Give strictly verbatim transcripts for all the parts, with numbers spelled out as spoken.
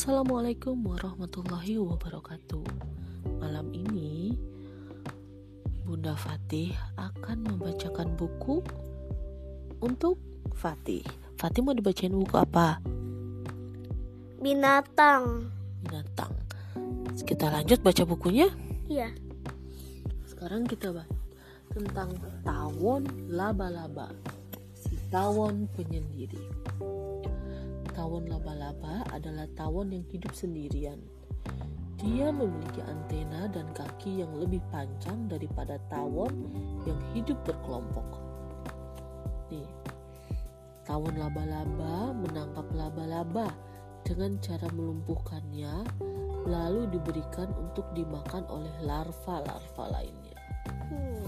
Assalamualaikum warahmatullahi wabarakatuh. Malam ini Bunda Fatih akan membacakan buku untuk Fatih. Fatih mau dibacain buku apa? Binatang. Binatang. Kita lanjut baca bukunya? Iya. Sekarang kita bahas tentang tawon laba-laba. Si tawon penyendiri. Tawon laba-laba adalah tawon yang hidup sendirian. Dia memiliki antena dan kaki yang lebih panjang daripada tawon yang hidup berkelompok. Nih, tawon laba-laba menangkap laba-laba dengan cara melumpuhkannya, lalu diberikan untuk dimakan oleh larva-larva lainnya. Hmm.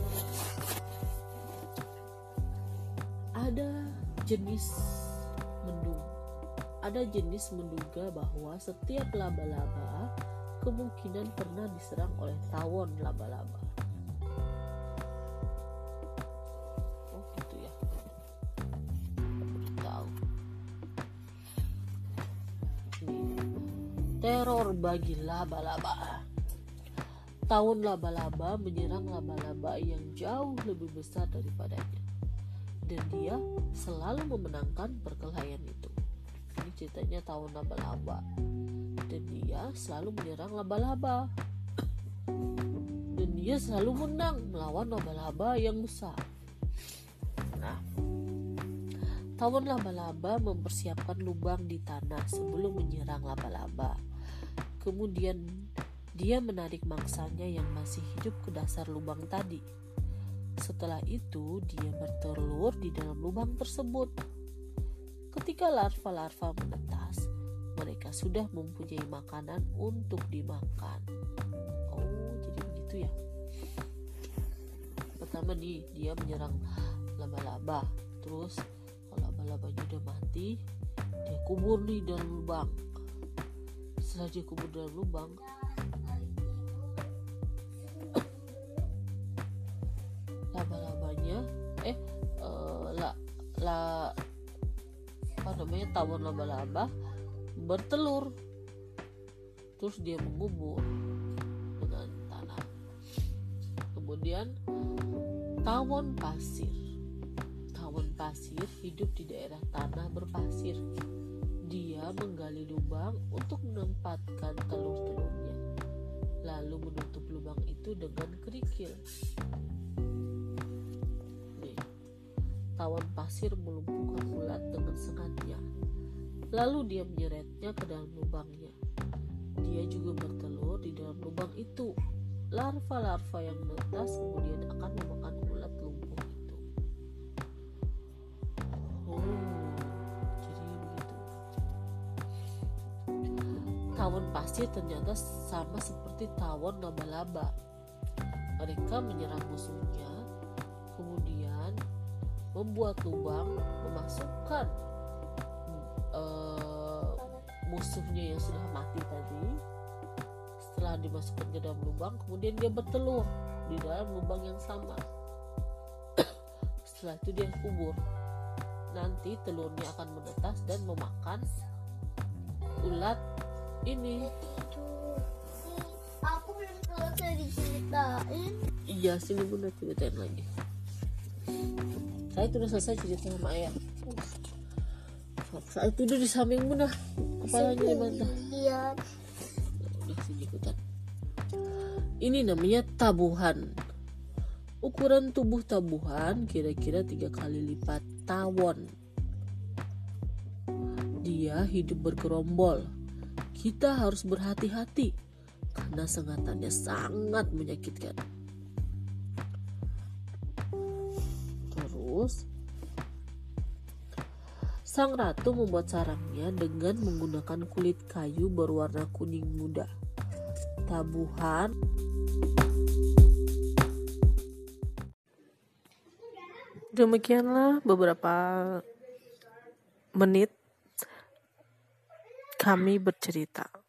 Ada jenis mendung. Ada jenis menduga bahwa setiap laba-laba kemungkinan pernah diserang oleh tawon laba-laba. Oh gitu ya. Tahu. Nih. Teror bagi laba-laba. Tawon laba-laba menyerang laba-laba yang jauh lebih besar daripadanya, dan dia selalu memenangkan perkelahian itu. Ini ceritanya tawon laba-laba, dan dia selalu menyerang laba-laba, dan dia selalu menang melawan laba-laba yang besar. Nah, tawon laba-laba mempersiapkan lubang di tanah sebelum menyerang laba-laba. Kemudian dia menarik mangsanya yang masih hidup ke dasar lubang tadi. Setelah itu dia bertelur di dalam lubang tersebut. Ketika larva-larva menetas, mereka sudah mempunyai makanan untuk dimakan. Oh, jadi begitu ya. Pertama nih, dia menyerang laba-laba. Terus kalau laba-labanya udah mati, dia kubur nih dalam lubang. Setelah dia kubur dalam lubang, laba-labanya eh uh, la la apa namanya tawon laba-laba bertelur, terus dia mengubur dengan tanah. Kemudian tawon pasir tawon pasir hidup di daerah tanah berpasir. Dia menggali lubang untuk menempatkan telur-telurnya, lalu menutup lubang itu dengan kerikil. Tawon pasir melumpuhkan ulat dengan sengatnya, lalu dia menyeretnya ke dalam lubangnya. Dia juga bertelur di dalam lubang itu. Larva-larva yang menetas kemudian akan memakan ulat lumpuh itu. Oh, jadi begitu. Tawon pasir ternyata sama seperti tawon laba-laba. Mereka menyerang musuhnya, kemudian membuat lubang, memasukkan uh, musuhnya yang sudah mati tadi. Setelah dimasukkan ke dalam lubang, kemudian dia bertelur di dalam lubang yang sama. Setelah itu dia kubur. Nanti telurnya akan menetas dan memakan ulat ini. Aku belum selesai diceritain. Iya, sini Bunda ceritain lagi. Saya sudah selesai cerita sama ayah. Saat tidur di samping Bunda, kepalanya dibantah. Lihat. Udah sini ikutan. Ini namanya tabuhan. Ukuran tubuh tabuhan kira-kira tiga kali lipat tawon. Dia hidup bergerombol. Kita harus berhati-hati karena sengatannya sangat menyakitkan. Terus, sang ratu membuat sarangnya dengan menggunakan kulit kayu berwarna kuning muda. Tabuhan Demikianlah beberapa menit kami bercerita.